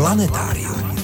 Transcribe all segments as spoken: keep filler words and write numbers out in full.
Planetárium.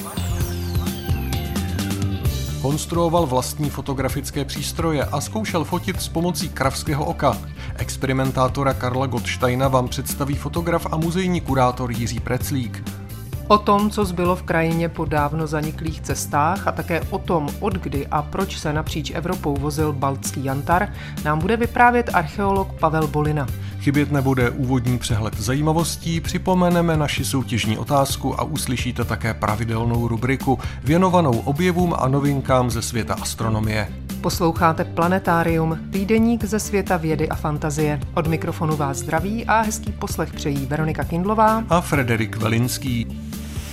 Konstruoval vlastní fotografické přístroje a zkoušel fotit s pomocí kravského oka. Experimentátora Karla Gottsteina vám představí fotograf a muzejní kurátor Jiří Preclík. O tom, co zbylo v krajině po dávno zaniklých cestách a také o tom, odkdy a proč se napříč Evropou vozil baltský jantar, nám bude vyprávět archeolog Pavel Bolina. Chybět nebude úvodní přehled zajímavostí, připomeneme naši soutěžní otázku a uslyšíte také pravidelnou rubriku věnovanou objevům a novinkám ze světa astronomie. Posloucháte Planetárium, týdeník ze světa vědy a fantazie. Od mikrofonu vás zdraví a hezký poslech přejí Veronika Kindlová a Frederik Velinský.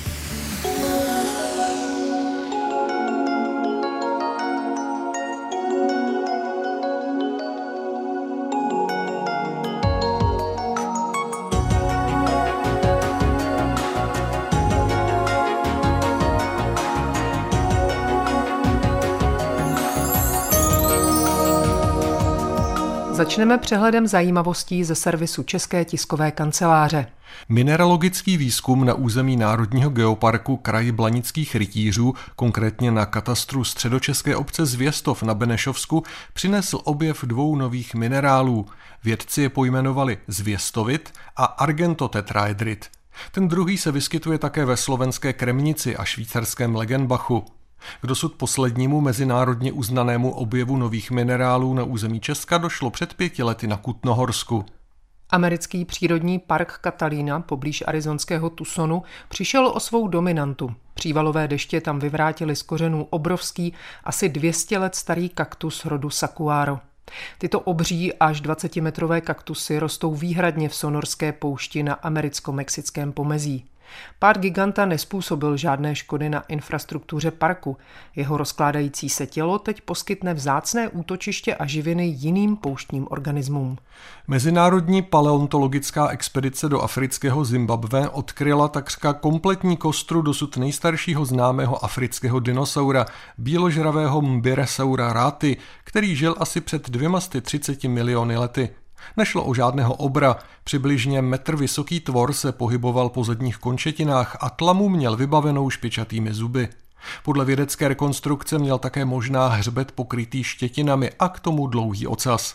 Začneme přehledem zajímavostí ze servisu České tiskové kanceláře. Mineralogický výzkum na území Národního geoparku kraji Blanických rytířů, konkrétně na katastru středočeské obce Zvěstov na Benešovsku, přinesl objev dvou nových minerálů. Vědci je pojmenovali zvěstovit a argentotetraedrit. Ten druhý se vyskytuje také ve slovenské Kremnici a švýcarském Legenbachu. K dosud poslednímu mezinárodně uznanému objevu nových minerálů na území Česka došlo před pěti lety na Kutnohorsku. Americký přírodní park Catalina poblíž arizonského Tucsonu přišel o svou dominantu. Přívalové deště tam vyvrátily z kořenů obrovský, asi dvě stě let starý kaktus rodu Sakuaro. Tyto obří až dvacetimetrové kaktusy rostou výhradně v sonorské poušti na americko-mexickém pomezí. Pád giganta nezpůsobil žádné škody na infrastruktuře parku. Jeho rozkládající se tělo teď poskytne vzácné útočiště a živiny jiným pouštním organismům. Mezinárodní paleontologická expedice do afrického Zimbabwe odkryla takřka kompletní kostru dosud nejstaršího známého afrického dinosaura, bíložravého Mbiresaura rati, který žil asi před dvěma sty třiceti miliony lety. Nešlo o žádného obra, přibližně metr vysoký tvor se pohyboval po zadních končetinách a tlamu měl vybavenou špičatými zuby. Podle vědecké rekonstrukce měl také možná hřbet pokrytý štětinami a k tomu dlouhý ocas.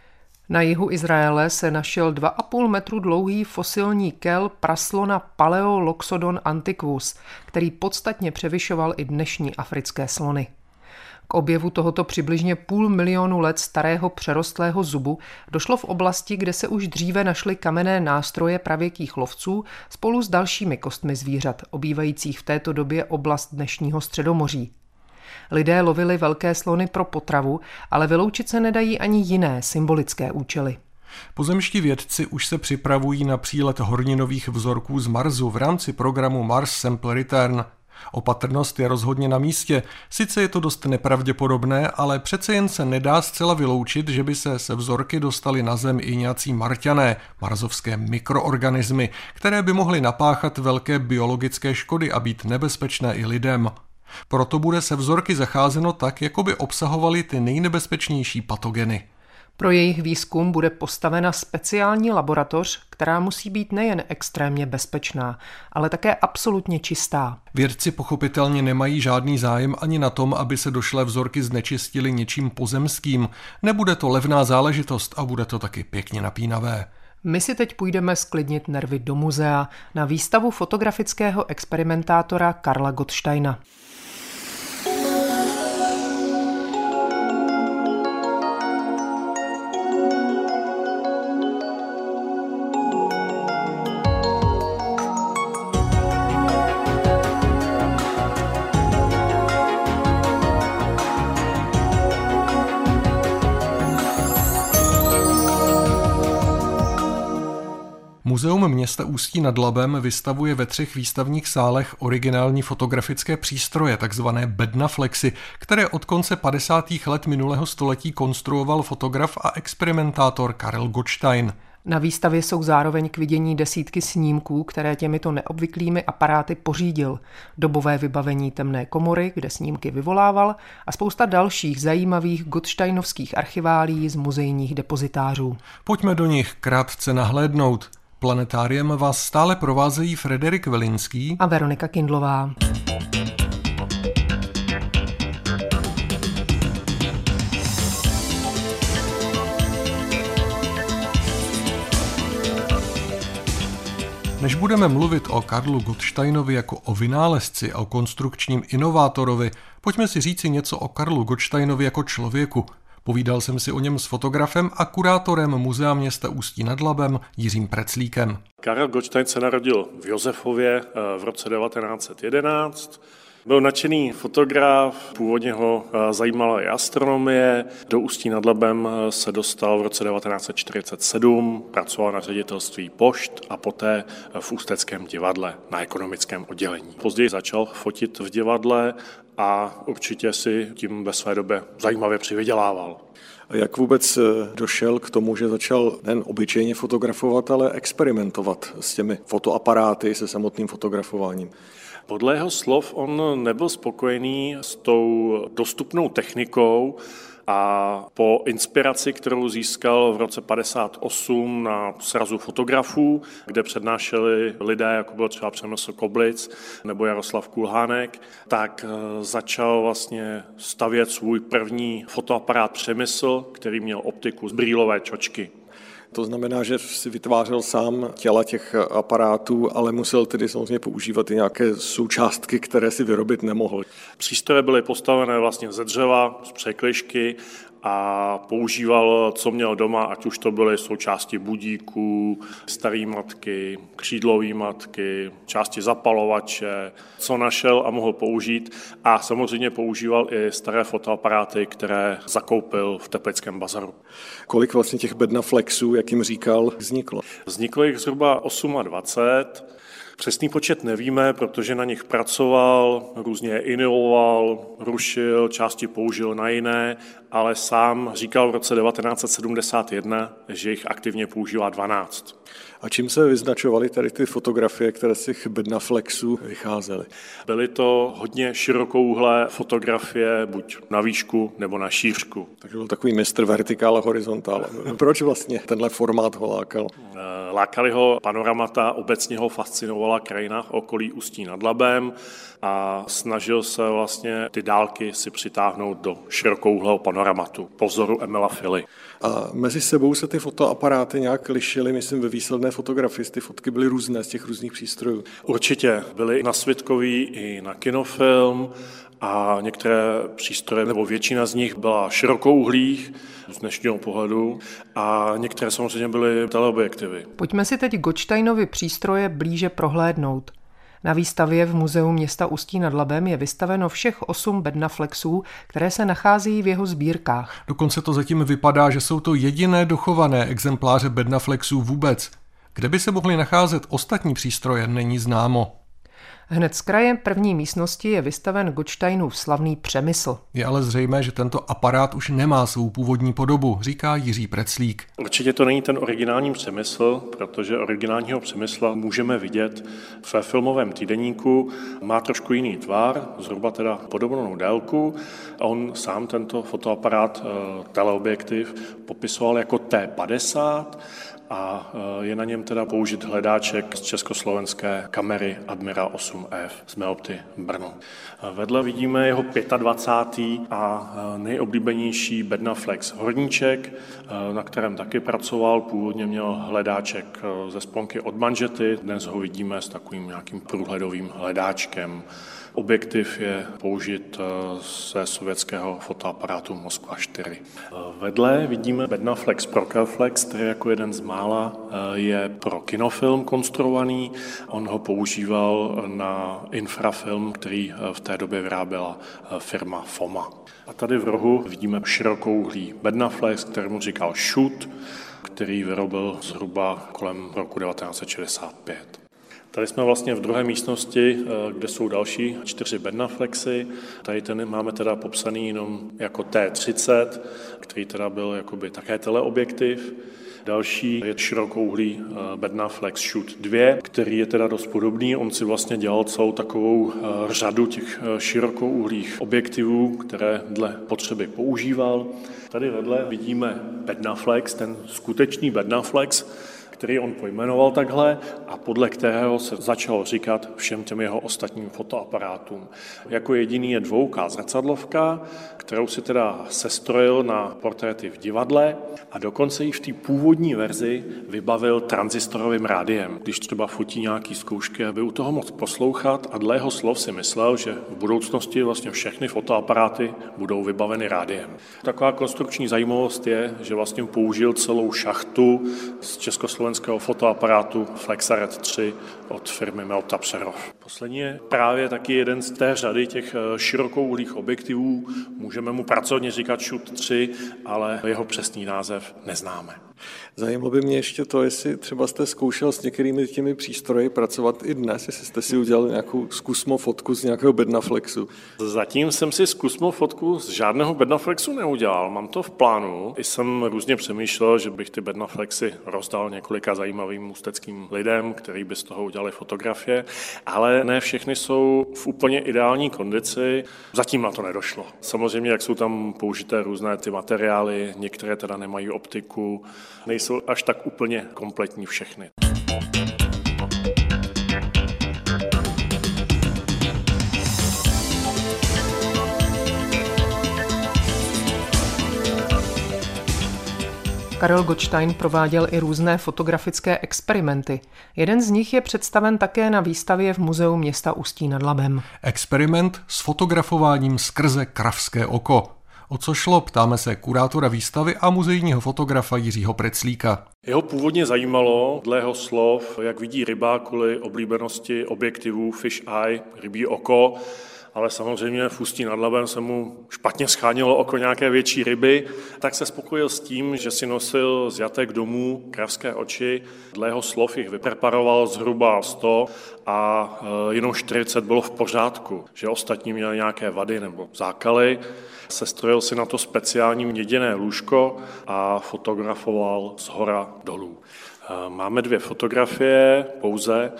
Na jihu Izraele se našel dva a půl metru dlouhý fosilní kel praslona Paleoloxodon antiquus, který podstatně převyšoval i dnešní africké slony. K objevu tohoto přibližně půl milionu let starého přerostlého zubu došlo v oblasti, kde se už dříve našly kamenné nástroje pravěkých lovců spolu s dalšími kostmi zvířat, obývajících v této době oblast dnešního Středomoří. Lidé lovili velké slony pro potravu, ale vyloučit se nedají ani jiné symbolické účely. Pozemští vědci už se připravují na přílet horninových vzorků z Marsu v rámci programu Mars Sample Return. Opatrnost je rozhodně na místě, sice je to dost nepravděpodobné, ale přece jen se nedá zcela vyloučit, že by se se vzorky dostali na Zem i nějací marťané, marsovské mikroorganismy, které by mohly napáchat velké biologické škody a být nebezpečné i lidem. Proto bude se vzorky zacházeno tak, jako by obsahovaly ty nejnebezpečnější patogeny. Pro jejich výzkum bude postavena speciální laboratoř, která musí být nejen extrémně bezpečná, ale také absolutně čistá. Vědci pochopitelně nemají žádný zájem ani na tom, aby se došlé vzorky znečistily něčím pozemským. Nebude to levná záležitost a bude to taky pěkně napínavé. My si teď půjdeme sklidnit nervy do muzea na výstavu fotografického experimentátora Karla Gottsteina. Muzeum města Ústí nad Labem vystavuje ve třech výstavních sálech originální fotografické přístroje, takzvané bednaflexy, které od konce padesátých let minulého století konstruoval fotograf a experimentátor Karel Gottstein. Na výstavě jsou zároveň k vidění desítky snímků, které těmito neobvyklými aparáty pořídil, dobové vybavení temné komory, kde snímky vyvolával, a spousta dalších zajímavých gottsteinovských archiválií z muzejních depozitářů. Pojďme do nich krátce nahlédnout. Planetáriem vás stále provázejí Frederik Velinský a Veronika Kindlová. Než budeme mluvit o Karlu Gottsteinovi jako o vynálezci a o konstrukčním inovátorovi, pojďme si říci něco o Karlu Gottsteinovi jako člověku. Povídal jsem si o něm s fotografem a kurátorem Muzea města Ústí nad Labem Jiřím Preclíkem. Karel Gottstein se narodil v Josefově v roce devatenáct set jedenáct. Byl nadšený fotograf, původně ho zajímala i astronomie. Do Ústí nad Labem se dostal v roce devatenáct set čtyřicet sedm, pracoval na ředitelství pošt a poté v Ústeckém divadle na ekonomickém oddělení. Později začal fotit v divadle a určitě si tím ve své době zajímavě přivydělával. A jak vůbec došel k tomu, že začal nejen obyčejně fotografovat, ale experimentovat s těmi fotoaparáty, se samotným fotografováním? Podle jeho slov on nebyl spokojený s tou dostupnou technikou a po inspiraci, kterou získal v roce padesát osm na srazu fotografů, kde přednášeli lidé, jako byl třeba Přemysl Koblic nebo Jaroslav Kulhánek, tak začal vlastně stavět svůj první fotoaparát Přemysl, který měl optiku z brýlové čočky. To znamená, že si vytvářel sám těla těch aparátů, ale musel tedy samozřejmě používat i nějaké součástky, které si vyrobit nemohl. Přístroje byly postavené vlastně ze dřeva, z překližky a používal, co měl doma, ať už to byly součásti budíků, staré matky, křídlové matky, části zapalovače, co našel a mohl použít. A samozřejmě používal i staré fotoaparáty, které zakoupil v Teplickém bazaru. Kolik vlastně těch Bednaflexů, jak jim říkal, vzniklo? Vzniklo jich zhruba dvacet osm. Přesný počet nevíme, protože na nich pracoval, různě je inovoval, rušil, části použil na jiné, ale sám říkal v roce devatenáct set sedmdesát jedna, že jich aktivně používá dvanáct. A čím se vyznačovaly tady ty fotografie, které z těch Bednaflexů vycházely? Byly to hodně širokouhlé fotografie, buď na výšku nebo na šířku. Takže byl takový mistr vertikál a horizontál. Proč vlastně tenhle formát ho lákal? Lákali ho panoramata, obecně ho fascinovala krajina okolí Ústí nad Labem a snažil se vlastně ty dálky si přitáhnout do širokouhlého panoramatu po vzoru Emila Fily. A mezi sebou se ty fotoaparáty nějak lišily, myslím, ve výsledné fotografii. Ty fotky byly různé z těch různých přístrojů. Určitě. Byly na světkový i na kinofilm a některé přístroje, nebo většina z nich byla širokouhlých z dnešního pohledu a některé samozřejmě byly teleobjektivy. Pojďme si teď Gottsteinovi přístroje blíže prohlédnout. Na výstavě v Muzeu města Ústí nad Labem je vystaveno všech osm Bednaflexů, které se nachází v jeho sbírkách. Dokonce to zatím vypadá, že jsou to jediné dochované exempláře Bednaflexů vůbec. Kde by se mohly nacházet ostatní přístroje, není známo. Hned z kraje první místnosti je vystaven Gottsteinův slavný Přemysl. Je ale zřejmé, že tento aparát už nemá svou původní podobu, říká Jiří Preclík. Určitě to není ten originální Přemysl, protože originálního Přemysla můžeme vidět ve filmovém týdeníku. Má trošku jiný tvar, zhruba teda podobnou délku a on sám tento fotoaparát, teleobjektiv, popisoval jako T padesát a je na něm teda použit hledáček z československé kamery Admira osm F z Meopty Brno. Vedle vidíme jeho dvacátý pátý a nejoblíbenější Bednaflex Horníček, na kterém taky pracoval. Původně měl hledáček ze sponky od manžety, dnes ho vidíme s takovým nějakým průhledovým hledáčkem. Objektiv je použit ze sovětského fotoaparátu Moskva čtyři. Vedle vidíme Bednaflex Prokelflex, který jako jeden z mála je pro kinofilm konstruovaný. On ho používal na infrafilm, který v té době vyráběla firma Foma. A tady v rohu vidíme širokouhlý Bednaflex, kterému říkal Shoot, který vyrobil zhruba kolem roku devatenáct set šedesát pět. Tady jsme vlastně v druhé místnosti, kde jsou další čtyři Bednaflexy. Tady ten máme teda popsaný jenom jako T třicet, který teda byl jakoby také teleobjektiv. Další je širokouhlý Bednaflex Shoot dva, který je teda dost podobný. On si vlastně dělal celou takovou řadu těch širokouhlých objektivů, které dle potřeby používal. Tady vedle vidíme Bednaflex, ten skutečný Bednaflex, který on pojmenoval takhle a podle kterého se začalo říkat všem těm jeho ostatním fotoaparátům. Jako jediný je dvouká zrcadlovka, kterou si teda sestrojil na portréty v divadle a dokonce ji v té původní verzi vybavil tranzistorovým rádiem. Když třeba fotí nějaký zkoušky, aby u toho moc poslouchat a dle jeho slov si myslel, že v budoucnosti vlastně všechny fotoaparáty budou vybaveny rádiem. Taková konstrukční zajímavost je, že vlastně použil celou šachtu z československého fotoaparátu Flexaret tři od firmy Meopta Přerov. Poslední je právě taky jeden z té řady těch širokouhlých objektivů. Můžeme mu pracovně říkat Shoot tři, ale jeho přesný název neznáme. Zajímalo by mě ještě to, jestli třeba jste zkoušel s některými těmi přístroji pracovat i dnes, jestli jste si udělal nějakou zkusmo fotku z nějakého Bednaflexu. Zatím jsem si zkusmo fotku z žádného Bednaflexu neudělal, mám to v plánu. I jsem různě přemýšlel, že bych ty Bednaflexy rozdal několika zajímavým ústeckým lidem, kteří by z toho udělali fotografie, ale ne všechny jsou v úplně ideální kondici, zatím na to nedošlo. Samozřejmě, jak jsou tam použité různé ty materiály, některé teda nemají optiku, nejsou až tak úplně kompletní všechny. Karel Gottstein prováděl i různé fotografické experimenty. Jeden z nich je představen také na výstavě v Muzeu města Ústí nad Labem. Experiment s fotografováním skrze kravské oko. O co šlo, ptáme se kurátora výstavy a muzejního fotografa Jiřího Preclíka. Jeho původně zajímalo, dle jeho slov, jak vidí ryba kvůli oblíbenosti objektivů fish eye, rybí oko, ale samozřejmě v Ústí nad Labem se mu špatně schánilo oko nějaké větší ryby, tak se spokojil s tím, že si nosil z jatek domů kravské oči. Dle jeho slov jich vypreparoval zhruba sto a jenom čtyřicet bylo v pořádku, že ostatní měli nějaké vady nebo zákaly. Sestrojil si na to speciální měděné lůžko a fotografoval zhora dolů. Máme dvě fotografie pouze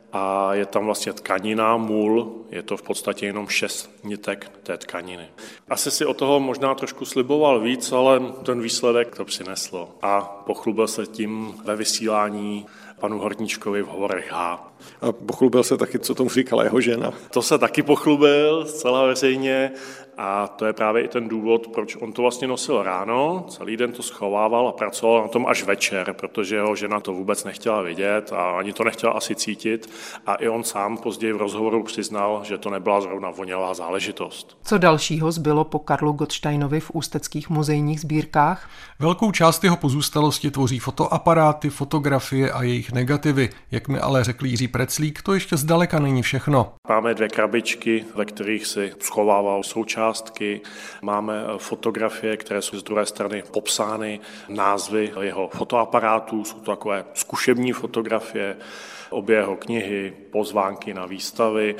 a je tam vlastně tkanina, můl, je to v podstatě jenom šest nitek té tkaniny. Asi si o toho možná trošku sliboval víc, ale ten výsledek to přineslo a pochlubil se tím ve vysílání panu Horníčkovi v Hovorech H. A pochlubil se taky, co tomu říkala jeho žena. To se taky pochlubil zcela veřejně a to je právě i ten důvod, proč on to vlastně nosil ráno, celý den to schovával a pracoval na tom až večer, protože jeho žena to vůbec nechtěla vidět a ani to nechtěla asi cítit a i on sám později v rozhovoru přiznal, že to nebyla zrovna voněvá záležitost. Co dalšího zbylo po Karlu Gottsteinovi v ústeckých muzejních sbírkách? Velkou část jeho pozůstalosti tvoří fotoaparáty, fotografie a jejich negativy. Jak mi ale řekl Jiří Preclík, to ještě zdaleka není všechno. Máme dvě krabičky, ve kterých si schovával součástky. Máme fotografie, které jsou z druhé strany popsány, názvy jeho fotoaparátů, jsou to takové zkušební fotografie, obě jeho knihy, pozvánky na výstavy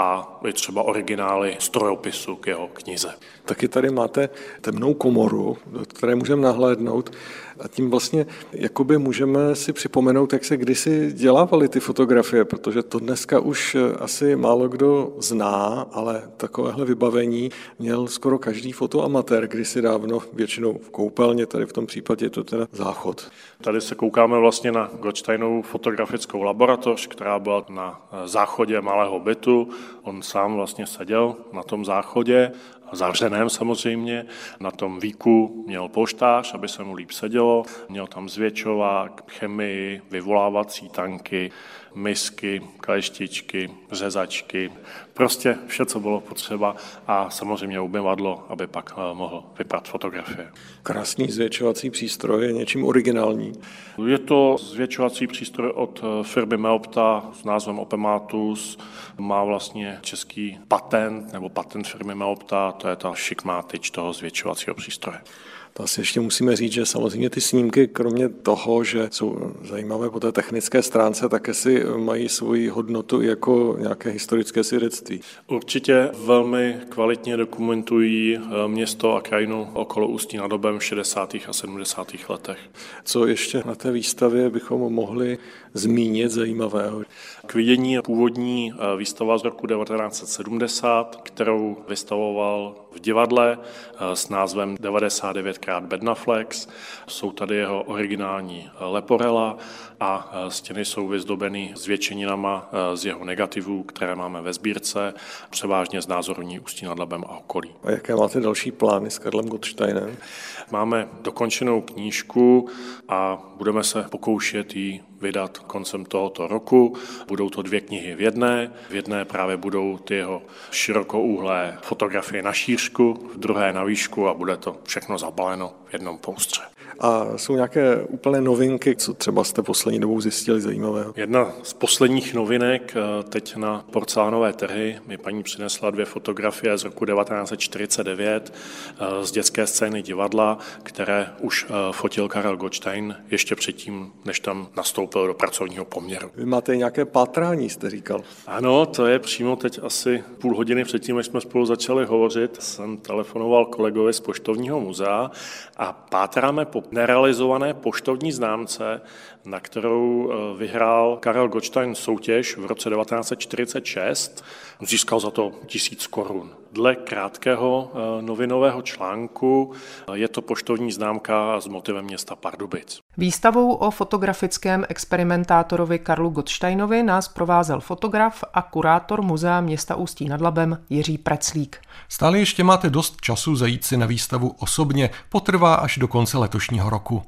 a i třeba originály strojopisu k jeho knize. Taky tady máte temnou komoru, do které můžeme nahlédnout a tím vlastně jakoby můžeme si připomenout, jak se kdysi dělávaly ty fotografie, protože to dneska už asi málo kdo zná, ale takovéhle vybavení měl skoro každý fotoamatér kdysi dávno, většinou v koupelně, tady v tom případě je to teda záchod. Tady se koukáme vlastně na Gottsteinovu fotografickou laboratoř, která byla na záchodě malého bytu. On sám vlastně seděl na tom záchodě, zavřeném samozřejmě, na tom víku měl polštář, aby se mu líp sedělo, měl tam zvětšovák, chemii, vyvolávací tanky, misky, kleštičky, řezačky, prostě vše, co bylo potřeba a samozřejmě umyvadlo, aby pak mohl vyprat fotografie. Krásný zvětšovací přístroj, je něčím originální. Je to zvětšovací přístroj od firmy Meopta s názvem Opematus, má vlastně český patent nebo patent firmy Meopta, to je ta šikmá tyč toho zvětšovacího přístroje. To asi ještě musíme říct, že samozřejmě ty snímky, kromě toho, že jsou zajímavé po té technické stránce, také si mají svoji hodnotu jako nějaké historické svědectví. Určitě velmi kvalitně dokumentují město a krajinu okolo Ústí nad Labem v šedesátých a sedmdesátých letech. Co ještě na té výstavě bychom mohli zmínit zajímavého? K vidění je původní výstava z roku devatenáct set sedmdesát, kterou vystavoval v divadle s názvem devadesát devět pětkrát Bednaflex, jsou tady jeho originální Leporella a stěny jsou vyzdobeny zvětšeninama z jeho negativů, které máme ve sbírce, převážně znázornění Ústí nad Labem a okolí. A jaké máte další plány s Karlem Gottsteinem? Máme dokončenou knížku a budeme se pokoušet ji vydat koncem tohoto roku. Budou to dvě knihy v jedné. V jedné právě budou ty jeho širokouhlé fotografie na šířku, v druhé na výšku a bude to všechno zabaleno v jednom poustře. A jsou nějaké úplné novinky, co třeba jste poslední dobou zjistili zajímavého? Jedna z posledních novinek teď na porcelánové trhy mi paní přinesla dvě fotografie z roku devatenáct set čtyřicet devět z dětské scény divadla, které už fotil Karel Gottstein ještě předtím, než tam nastoupil do pracovního poměru. Vy máte nějaké pátrání, jste říkal? Ano, to je přímo teď asi půl hodiny předtím, než jsme spolu začali hovořit. Jsem telefonoval kolegovi z Poštovního muzea a pátráme po nerealizované poštovní známce, na kterou vyhrál Karel Gottstein soutěž v roce devatenáct set čtyřicet šest. Získal za to tisíc korun. Dle krátkého novinového článku je to poštovní známka s motivem města Pardubic. Výstavou o fotografickém experimentátorovi Karlu Gottsteinovi nás provázel fotograf a kurátor muzea města Ústí nad Labem Jiří Preclík. Stále ještě máte dost času zajít si na výstavu osobně, potrvá až do konce letošního roku.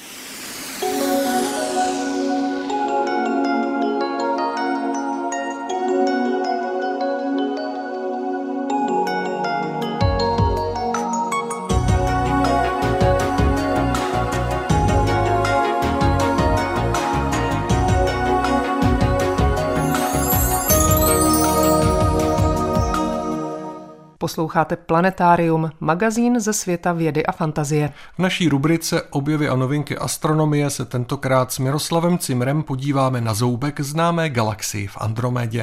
Posloucháte Planetárium, magazín ze světa vědy a fantazie. V naší rubrice Objevy a novinky astronomie se tentokrát s Miroslavem Cimrem podíváme na zoubek známé galaxii v Andromedě.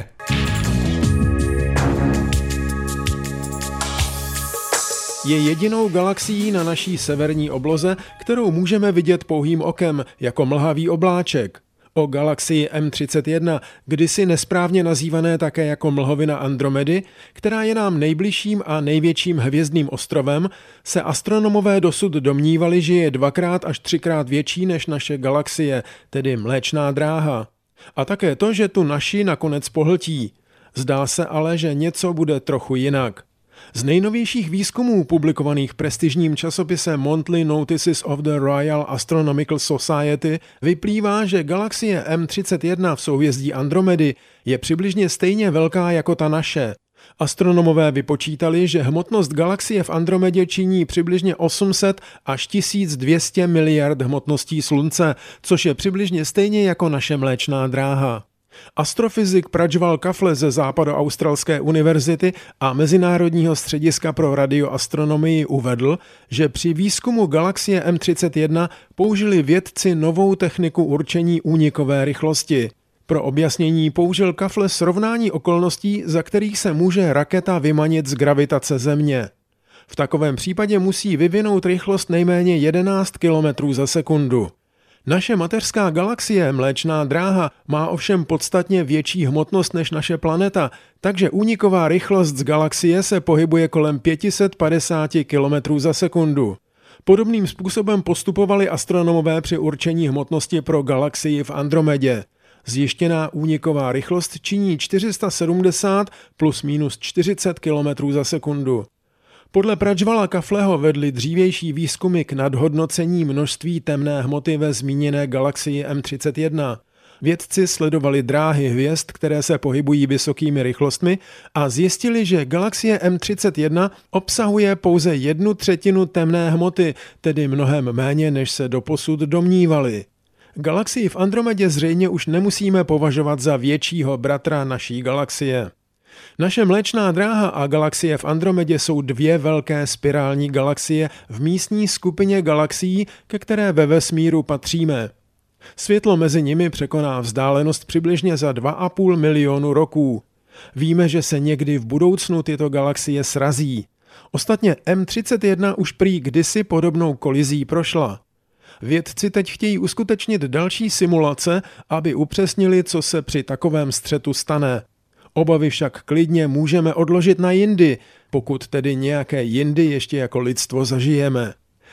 Je jedinou galaxií na naší severní obloze, kterou můžeme vidět pouhým okem, jako mlhavý obláček. O galaxii M třicet jedna, kdysi nesprávně nazývané také jako mlhovina Andromedy, která je nám nejbližším a největším hvězdným ostrovem, se astronomové dosud domnívali, že je dvakrát až třikrát větší než naše galaxie, tedy Mléčná dráha. A také to, že tu naši nakonec pohltí. Zdá se ale, že něco bude trochu jinak. Z nejnovějších výzkumů publikovaných prestižním časopisem Monthly Notices of the Royal Astronomical Society vyplývá, že galaxie M třicet jedna v souhvězdí Andromedy je přibližně stejně velká jako ta naše. Astronomové vypočítali, že hmotnost galaxie v Andromedě činí přibližně osm set až tisíc dvě stě miliard hmotností Slunce, což je přibližně stejně jako naše Mléčná dráha. Astrofyzik Prajwal Kafle ze Západoaustralské univerzity a Mezinárodního střediska pro radioastronomii uvedl, že při výzkumu galaxie M třicet jedna použili vědci novou techniku určení únikové rychlosti. Pro objasnění použil Kafle srovnání okolností, za kterých se může raketa vymanit z gravitace Země. V takovém případě musí vyvinout rychlost nejméně jedenáct kilometrů za sekundu. Naše mateřská galaxie Mléčná dráha má ovšem podstatně větší hmotnost než naše planeta, takže úniková rychlost z galaxie se pohybuje kolem pět set padesát kilometrů za sekundu. Podobným způsobem postupovali astronomové při určení hmotnosti pro galaxii v Andromedě. Zjištěná úniková rychlost činí čtyři sta sedmdesát plus minus čtyřicet kilometrů za sekundu. Podle Prajwala Kafleho vedly dřívější výzkumy k nadhodnocení množství temné hmoty ve zmíněné galaxii M třicet jedna. Vědci sledovali dráhy hvězd, které se pohybují vysokými rychlostmi a zjistili, že galaxie M třicet jedna obsahuje pouze jednu třetinu temné hmoty, tedy mnohem méně, než se doposud domnívali. Galaxii v Andromedě zřejmě už nemusíme považovat za většího bratra naší galaxie. Naše Mléčná dráha a galaxie v Andromedě jsou dvě velké spirální galaxie v místní skupině galaxií, ke které ve vesmíru patříme. Světlo mezi nimi překoná vzdálenost přibližně za dva a půl milionu roků. Víme, že se někdy v budoucnu tyto galaxie srazí. Ostatně M třicet jedna už prý kdysi podobnou kolizí prošla. Vědci teď chtějí uskutečnit další simulace, aby upřesnili, co se při takovém střetu stane. Obavy však klidně můžeme odložit na jindy, pokud tedy nějaké jindy ještě jako lidstvo zažijeme.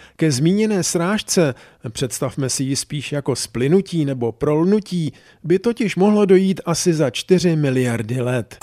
Ke zmíněné srážce, představme si ji spíš jako splynutí nebo prolnutí, by totiž mohlo dojít asi za čtyři miliardy let.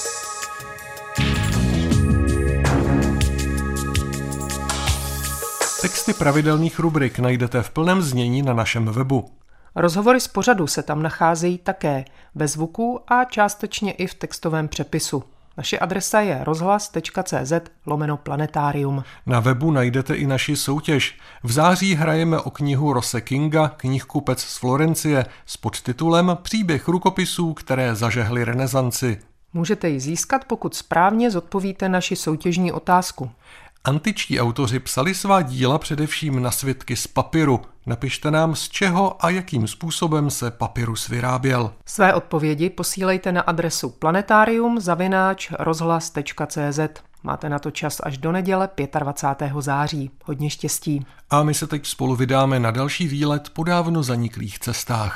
Texty pravidelných rubrik najdete v plném znění na našem webu. Rozhovory z pořadu se tam nacházejí také ve zvuku a částečně i v textovém přepisu. Naše adresa je rozhlas.cz lomeno planetarium. Na webu najdete i naši soutěž. V září hrajeme o knihu Rose Kinga, Knihkupec z Florencie, s podtitulem Příběh rukopisů, které zažehly renesanci. Můžete ji získat, pokud správně zodpovíte naši soutěžní otázku. Antičtí autoři psali svá díla především na svitky z papíru. Napište nám, z čeho a jakým způsobem se papyrus vyráběl. Své odpovědi posílejte na adresu planetarium zavináč rozhlas tečka cz. Máte na to čas až do neděle dvacátého pátého září. Hodně štěstí. A my se teď spolu vydáme na další výlet po dávno zaniklých cestách.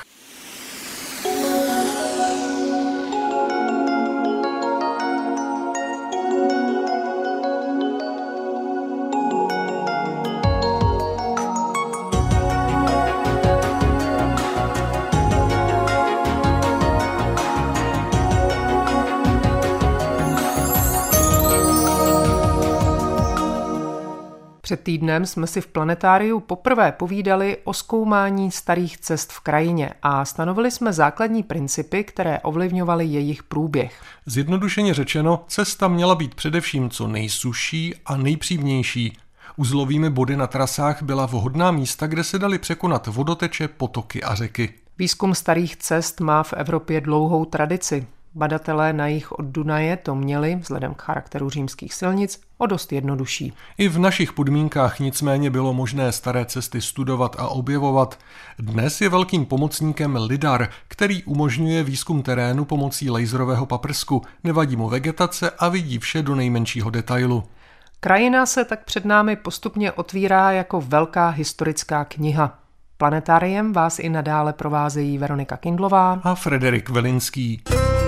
Před týdnem jsme si v Planetáriu poprvé povídali o zkoumání starých cest v krajině a stanovili jsme základní principy, které ovlivňovaly jejich průběh. Zjednodušeně řečeno, cesta měla být především co nejsušší a nejpřímější. Uzlovými body na trasách byla vhodná místa, kde se daly překonat vodoteče, potoky a řeky. Výzkum starých cest má v Evropě dlouhou tradici. Badatelé na jih od Dunaje to měli, vzhledem k charakteru římských silnic, o dost jednodušší. I v našich podmínkách nicméně bylo možné staré cesty studovat a objevovat. Dnes je velkým pomocníkem lidar, který umožňuje výzkum terénu pomocí laserového paprsku. Nevadí mu vegetace a vidí vše do nejmenšího detailu. Krajina se tak před námi postupně otvírá jako velká historická kniha. Planetáriem vás i nadále provázejí Veronika Kindlová a Frederik Velinský.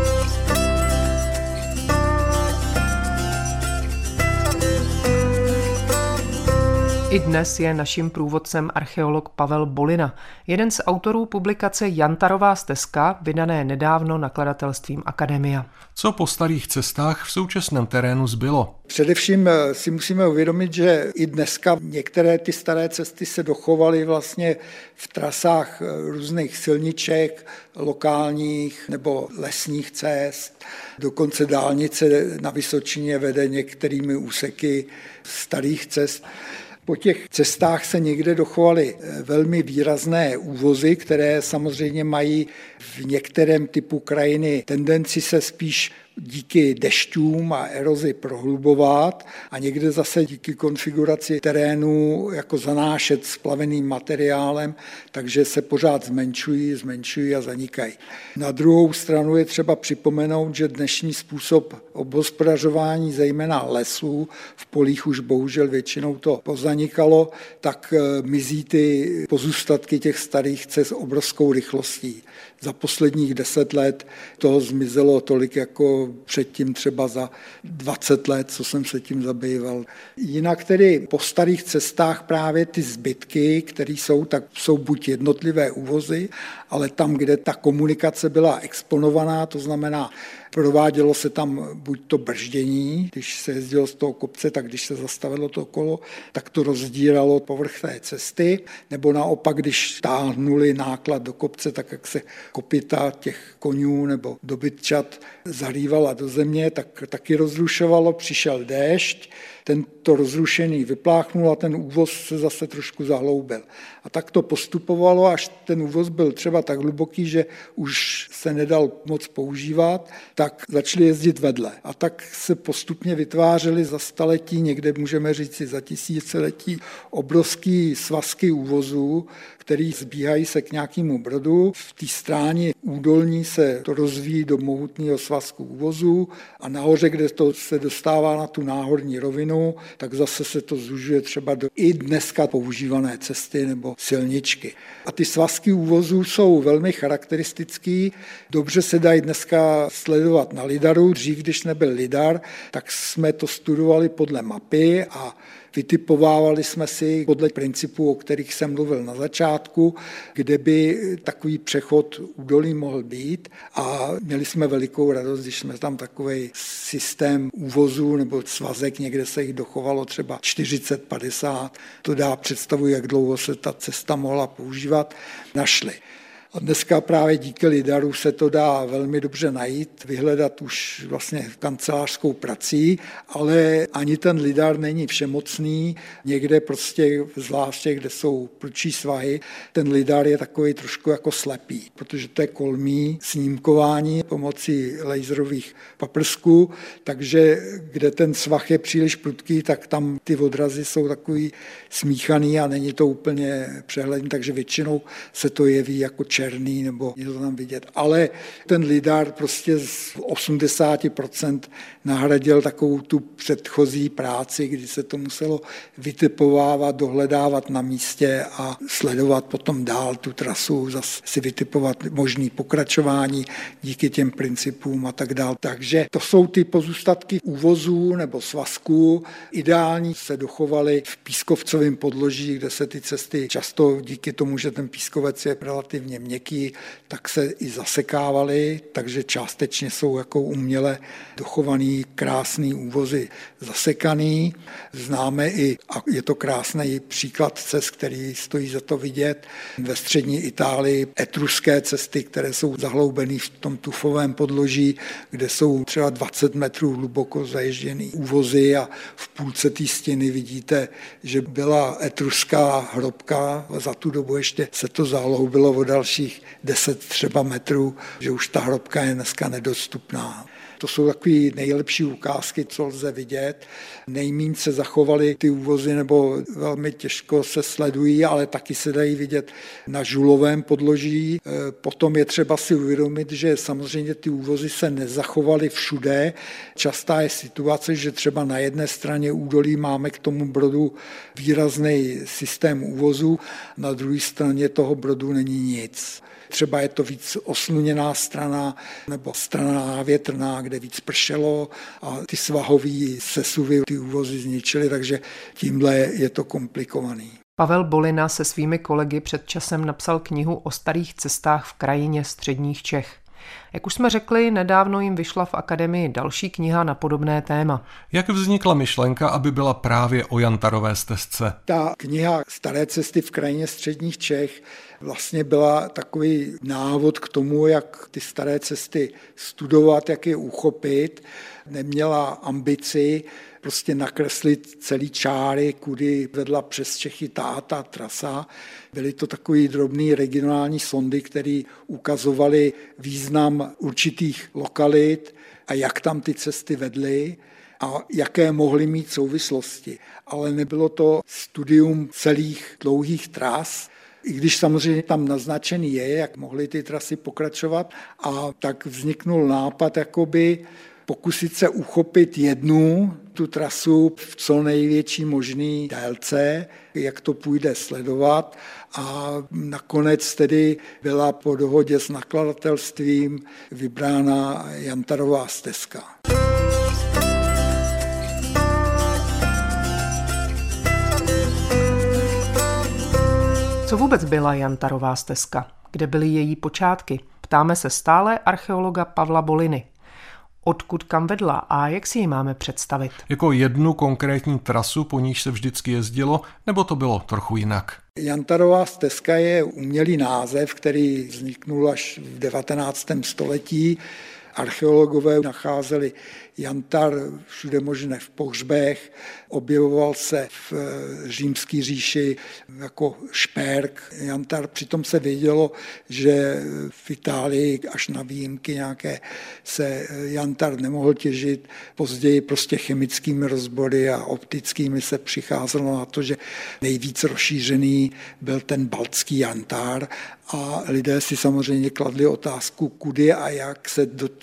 I dnes je naším průvodcem archeolog Pavel Bolina, jeden z autorů publikace Jantarová stezka, vydané nedávno nakladatelstvím Akademia. Co po starých cestách v současném terénu zbylo? Především si musíme uvědomit, že i dneska některé ty staré cesty se dochovaly vlastně v trasách různých silniček, lokálních nebo lesních cest. Dokonce dálnice na Vysočině vede některými úseky starých cest. Po těch cestách se někde dochovaly velmi výrazné úvozy, které samozřejmě mají v některém typu krajiny tendenci se spíš díky dešťům a erozi prohlubovat a někde zase díky konfiguraci terénu jako zanášet splaveným materiálem, takže se pořád zmenšují, zmenšují a zanikají. Na druhou stranu je třeba připomenout, že dnešní způsob obhospodařování, zejména lesů, v polích už bohužel většinou to pozanikalo, tak mizí ty pozůstatky těch starých cest obrovskou rychlostí. Za posledních deset let toho zmizelo tolik jako předtím třeba za dvacet let, co jsem se tím zabýval. Jinak tedy po starých cestách právě ty zbytky, které jsou, tak jsou buď jednotlivé úvozy, ale tam, kde ta komunikace byla exponovaná, to znamená, provádělo se tam buď to brždění, když se jezdilo z toho kopce, tak když se zastavilo to kolo, tak to rozdíralo povrch té cesty, nebo naopak, když táhnuli náklad do kopce, tak jak se kopyta těch konňů nebo dobytčat zarývala do země, tak taky rozrušovalo, přišel déšť, ten to rozrušený vypláchnul a ten úvoz se zase trošku zahloubil. A tak to postupovalo, až ten úvoz byl třeba tak hluboký, že už se nedal moc používat, tak začali jezdit vedle. A tak se postupně vytvářely za staletí, někde můžeme říct za tisíciletí, obrovský svazky úvozů, který zbíhají se k nějakému brodu. V té stráně údolní se to rozvíjí do mohutného svazku úvozů a nahoře, kde to se dostává na tu náhorní rovinu, tak zase se to zužuje třeba do i dneska používané cesty nebo silničky. A ty svazky úvozů jsou velmi charakteristický. Dobře se dají dneska sledovat na lidaru. Dřív, když nebyl lidar, tak jsme to studovali podle mapy a Vytipovávali jsme si podle principů, o kterých jsem mluvil na začátku, kde by takový přechod údolí mohl být a měli jsme velikou radost, když jsme tam takový systém úvozů nebo svazek, někde se jich dochovalo třeba čtyřicet padesát, to dá představu, jak dlouho se ta cesta mohla používat, našli. A dneska právě díky lidaru se to dá velmi dobře najít, vyhledat už vlastně kancelářskou prací, ale ani ten lidar není všemocný. Někde prostě, zvláště kde jsou prudší svahy, ten lidar je takový trošku jako slepý, protože to je kolmý snímkování pomocí laserových paprsků, takže kde ten svah je příliš prudký, tak tam ty odrazy jsou takový smíchaný a není to úplně přehledný, takže většinou se to jeví jako černý nebo je to tam vidět. Ale ten lidar prostě z osmdesát procent nahradil takovou tu předchozí práci, kdy se to muselo vytipovávat, dohledávat na místě a sledovat potom dál tu trasu, zase si vytipovat možný pokračování díky těm principům a tak dál. Takže to jsou ty pozůstatky úvozů nebo svazků. Ideální se dochovaly v pískovcovém podloží, kde se ty cesty často díky tomu, že ten pískovec je relativně měkký, tak se i zasekávaly, takže částečně jsou jako uměle dochovaný krásný úvozy zasekaný. Známe i, a je to krásný příklad cest, který stojí za to vidět, ve střední Itálii etruské cesty, které jsou zahloubené v tom tufovém podloží, kde jsou třeba dvacet metrů hluboko zaježděný úvozy a v půlce té stěny vidíte, že byla etruská hrobka. Za tu dobu ještě se to zahloubilo o dalších deset třeba metrů, že už ta hrobka je dneska nedostupná. To jsou takové nejlepší ukázky, co lze vidět. Nejméně se zachovaly ty úvozy, nebo velmi těžko se sledují, ale taky se dají vidět na žulovém podloží. Potom je třeba si uvědomit, že samozřejmě ty úvozy se nezachovaly všude. Častá je situace, že třeba na jedné straně údolí máme k tomu brodu výrazný systém úvozů, na druhé straně toho brodu není nic. Třeba je to víc osluněná strana nebo strana větrná, kde víc pršelo a ty svahový sesuvy ty úvozy zničily, takže tímhle je to komplikovaný. Pavel Bolina se svými kolegy před časem napsal knihu o starých cestách v krajině středních Čech. Jak už jsme řekli, nedávno jim vyšla v akademii další kniha na podobné téma. Jak vznikla myšlenka, aby byla právě o Jantarové stezce? Ta kniha Staré cesty v krajině středních Čech vlastně byla takový návod k tomu, jak ty staré cesty studovat, jak je uchopit. Neměla ambici prostě nakreslit celý čáry, kudy vedla přes Čechy ta ta trasa. Byly to takové drobné regionální sondy, které ukazovaly význam určitých lokalit a jak tam ty cesty vedly a jaké mohly mít souvislosti. Ale nebylo to studium celých dlouhých tras, i když samozřejmě tam naznačený je, jak mohly ty trasy pokračovat, a tak vzniknul nápad jakoby pokusit se uchopit jednu tu trasu v co největší možný délce, jak to půjde sledovat, a nakonec tedy byla po dohodě s nakladatelstvím vybrána Jantarová stezka. Co vůbec byla Jantarová stezka? Kde byly její počátky? Ptáme se stále archeologa Pavla Boliny. Odkud kam vedla a jak si ji máme představit? Jako jednu konkrétní trasu, po níž se vždycky jezdilo, nebo to bylo trochu jinak? Jantarová stezka je umělý název, který vzniknul až v devatenáctém století. Archeologové nacházeli jantar všude možné v pohřbech, objevoval se v římské říši jako šperk. Jantar, přitom se vědělo, že v Itálii až na výjimky nějaké se jantar nemohl těžit. Později prostě chemickými rozbory a optickými se přicházelo na to, že nejvíc rozšířený byl ten baltský jantar, a lidé si samozřejmě kladli otázku, kudy a jak se do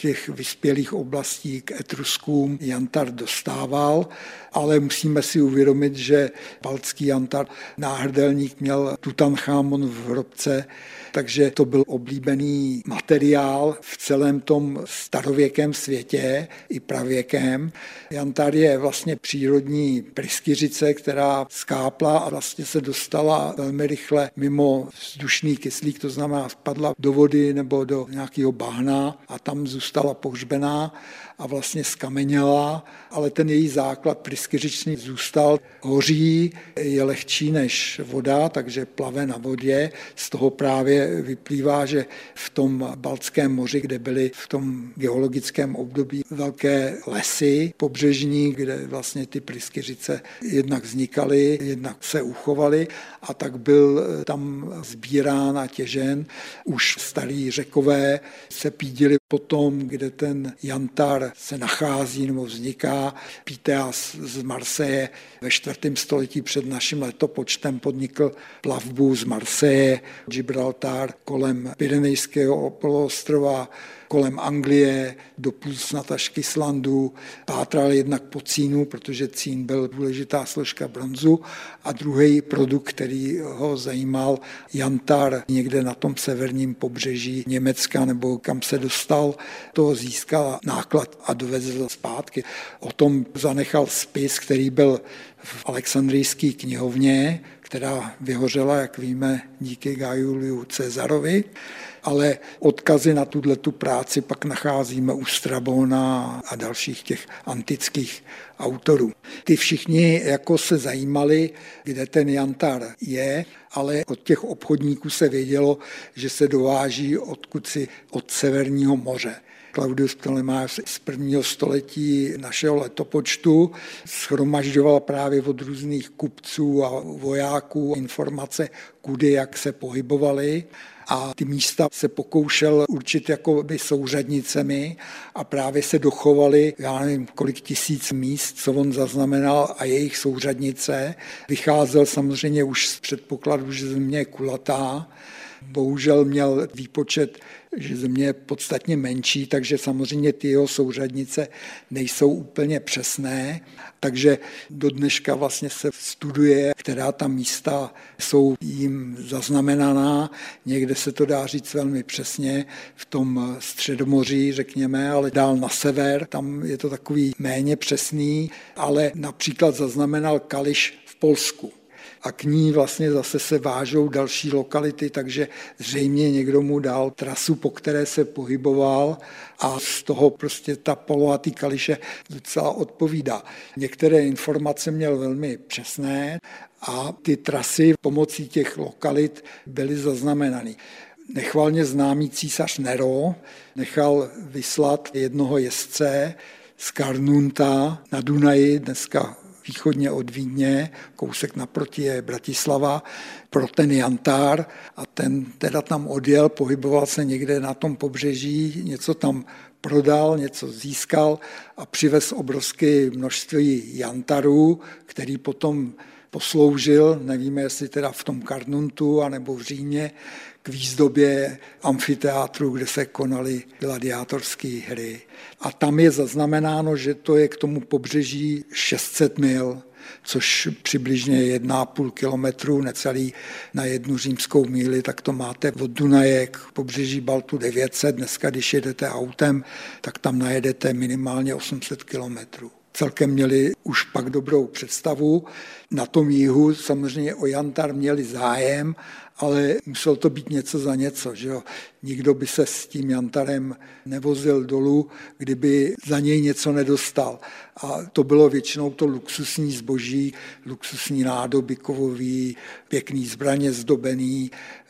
těch vyspělých oblastí k Etruskům jantar dostával, ale musíme si uvědomit, že baltský jantar náhrdelník měl Tutanchamon v hrobce, takže to byl oblíbený materiál v celém tom starověkém světě i pravěkém. Jantar je vlastně přírodní pryskyřice, která skápla a vlastně se dostala velmi rychle mimo vzdušný kyslík, to znamená spadla do vody nebo do nějakého bahna a tam zůstala pohřbená a vlastně skameněla, ale ten její základ pryskyřičný zůstal. Hoří, je lehčí než voda, takže plave na vodě. Z toho právě vyplývá, že v tom Baltském moři, kde byly v tom geologickém období velké lesy pobřežní, kde vlastně ty pryskyřice jednak vznikaly, jednak se uchovaly a tak byl tam sbírán a těžen. Už starý Řekové se pídili po tom, kde ten jantar se nachází nebo vzniká. Pytheas z Marseille ve čtvrtém století před naším letopočtem podnikl plavbu z Marseille, Gibraltar kolem Pyrenejského poloostrova, kolem Anglie, doplul snad až k Islandu, pátral jednak po cínu, protože cín byl důležitá složka bronzu a druhý produkt, který ho zajímal, jantar někde na tom severním pobřeží Německa nebo kam se dostal, to získal náklad a dovezl zpátky. O tom zanechal spis, který byl v Alexandrijské knihovně, která vyhořela, jak víme, díky Gaiuliu Caesarovi, ale odkazy na tuto práci pak nacházíme u Strabona a dalších těch antických autorů. Ty všichni jako se zajímali, kde ten jantar je, ale od těch obchodníků se vědělo, že se dováží odkudsi od Severního moře. Claudius Ptolemáš z prvního století našeho letopočtu shromažďoval právě od různých kupců a vojáků informace, kudy, jak se pohybovali. A ty místa se pokoušel určit jakoby souřadnicemi a právě se dochovaly, já nevím, kolik tisíc míst, co on zaznamenal a jejich souřadnice. Vycházel samozřejmě už z předpokladu, že země je kulatá. Bohužel měl výpočet, že země je podstatně menší, takže samozřejmě ty jeho souřadnice nejsou úplně přesné, takže do dneška vlastně se studuje, která ta místa jsou jim zaznamenaná. Někde se to dá říct velmi přesně, v tom Středomoří, řekněme, ale dál na sever, tam je to takový méně přesný, ale například zaznamenal Kališ v Polsku. A k ní vlastně zase se vážou další lokality, takže zřejmě někdo mu dal trasu, po které se pohyboval a z toho prostě ta poloha té Kališe docela odpovídá. Některé informace měl velmi přesné a ty trasy pomocí těch lokalit byly zaznamenány. Nechvalně známý císař Nero nechal vyslat jednoho jezdce z Carnunta na Dunaji, dneska východně od Vídně, kousek naproti je Bratislava, pro ten jantar a ten teda tam odjel, pohyboval se někde na tom pobřeží, něco tam prodal, něco získal a přivez obrovské množství jantarů, který potom posloužil, nevíme, jestli teda v tom Carnuntu anebo v Římě, k výzdobě amfiteátru, kde se konaly gladiátorské hry. A tam je zaznamenáno, že to je k tomu pobřeží šest set mil, což přibližně jedna a půl kilometru, necelý na jednu římskou míli, tak to máte od Dunaje k pobřeží Baltu devět set. Dneska, když jedete autem, tak tam najedete minimálně osm set kilometrů. Celkem měli už pak dobrou představu. Na tom jihu samozřejmě o jantar měli zájem, ale muselo to být něco za něco. Že jo? Nikdo by se s tím jantarem nevozil dolů, kdyby za něj něco nedostal. A to bylo většinou to luxusní zboží, luxusní nádoby kovový, pěkný zbraně zdobený,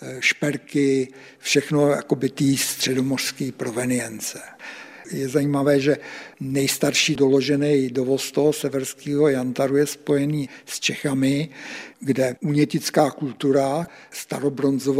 šperky, všechno jakoby tý středomořský provenience. Je zajímavé, že nejstarší doložený dovoz toho severského jantaru je spojený s Čechami, kde unětická kultura starobronzová,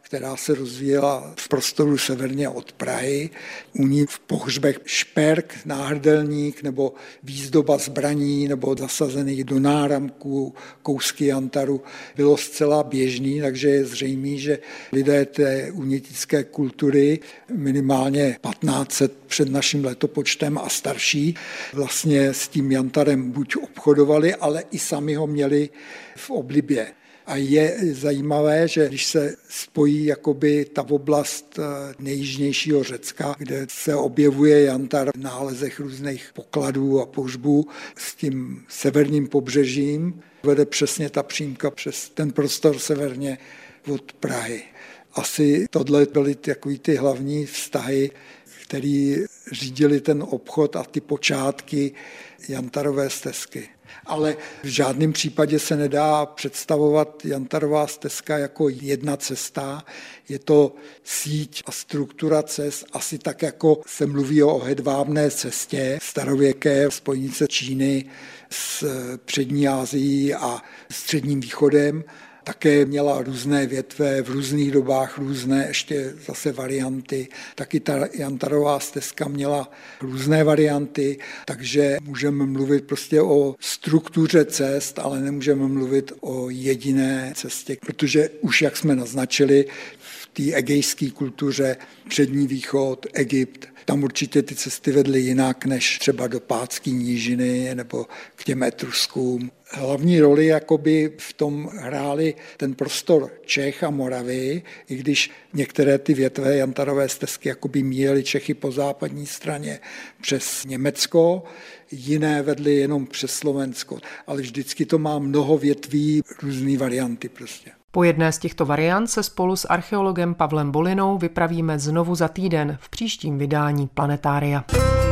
která se rozvíjela v prostoru severně od Prahy. U ní v pohřbech šperk, náhrdelník nebo výzdoba zbraní nebo zasazených do náramků kousky jantaru bylo zcela běžný, takže je zřejmé, že lidé té unitické kultury minimálně patnáct set před naším letopočtem a starší vlastně s tím jantarem buď obchodovali, ale i sami ho měli v oblibě. A je zajímavé, že když se spojí jakoby ta oblast nejjižnějšího Řecka, kde se objevuje jantar v nálezech různých pokladů a pohřbů s tím severním pobřežím, vede přesně ta přímka přes ten prostor severně od Prahy. Asi tohle byly takový ty hlavní vztahy, které řídily ten obchod a ty počátky jantarové stezky. Ale v žádném případě se nedá představovat jantarová stezka jako jedna cesta. Je to síť a struktura cest, asi tak, jako se mluví o hedvábné cestě starověké spojnice Číny s přední Asií a středním východem. Také měla různé větve, v různých dobách různé ještě zase varianty. Taky ta jantarová stezka měla různé varianty, takže můžeme mluvit prostě o struktuře cest, ale nemůžeme mluvit o jediné cestě, protože už, jak jsme naznačili, v té egejské kultuře přední východ, Egypt, tam určitě ty cesty vedly jinak než třeba do Pátské nížiny nebo k těm Etruskům. Hlavní roli jakoby v tom hráli ten prostor Čech a Moravy, i když některé ty větve jantarové stezky jakoby míjely Čechy po západní straně přes Německo, jiné vedly jenom přes Slovensko, ale vždycky to má mnoho větví, různé varianty prostě. Po jedné z těchto variant se spolu s archeologem Pavlem Bolinou vypravíme znovu za týden v příštím vydání Planetária.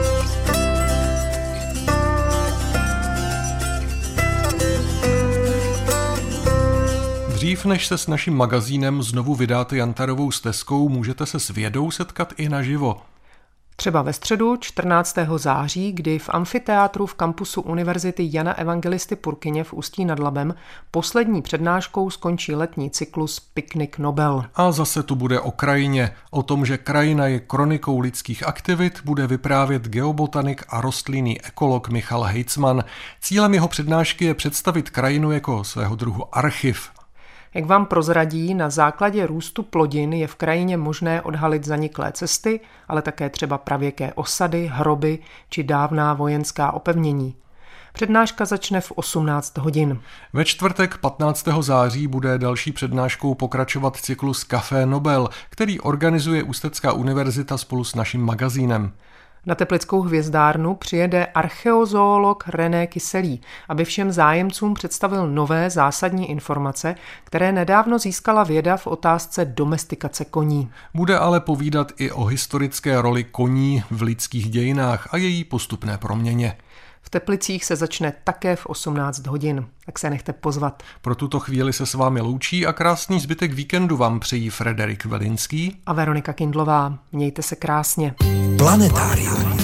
Dřív než se s naším magazínem znovu vydáte jantarovou stezkou, můžete se s vědou setkat i naživo. Třeba ve středu čtrnáctého září, kdy v amfiteátru v kampusu Univerzity Jana Evangelisty Purkyně v Ústí nad Labem poslední přednáškou skončí letní cyklus Piknik Nobel. A zase tu bude o krajině. O tom, že krajina je kronikou lidských aktivit, bude vyprávět geobotanik a rostlinný ekolog Michal Hejcman. Cílem jeho přednášky je představit krajinu jako svého druhu archiv. Jak vám prozradí, na základě růstu plodin je v krajině možné odhalit zaniklé cesty, ale také třeba pravěké osady, hroby či dávná vojenská opevnění. Přednáška začne v osmnáct hodin. Ve čtvrtek patnáctého září bude další přednáškou pokračovat cyklus Café Nobel, který organizuje Ústecká univerzita spolu s naším magazínem. Na Teplickou hvězdárnu přijede archeozoolog René Kyselý, aby všem zájemcům představil nové zásadní informace, které nedávno získala věda v otázce domestikace koní. Bude ale povídat i o historické roli koní v lidských dějinách a její postupné proměně. V Teplicích se začne také v osmnáct hodin, tak se nechte pozvat. Pro tuto chvíli se s vámi loučí a krásný zbytek víkendu vám přejí Frederik Velinský a Veronika Kindlová. Mějte se krásně. Planetárium.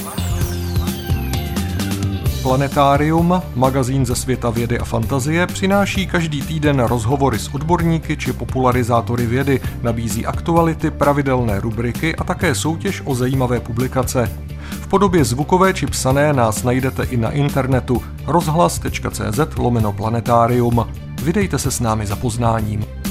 Planetárium, magazín ze světa vědy a fantazie, přináší každý týden rozhovory s odborníky či popularizátory vědy, nabízí aktuality, pravidelné rubriky a také soutěž o zajímavé publikace. V podobě zvukové či psané nás najdete i na internetu rozhlas tečka cé zet lomeno planetárium. Vydejte se s námi za poznáním.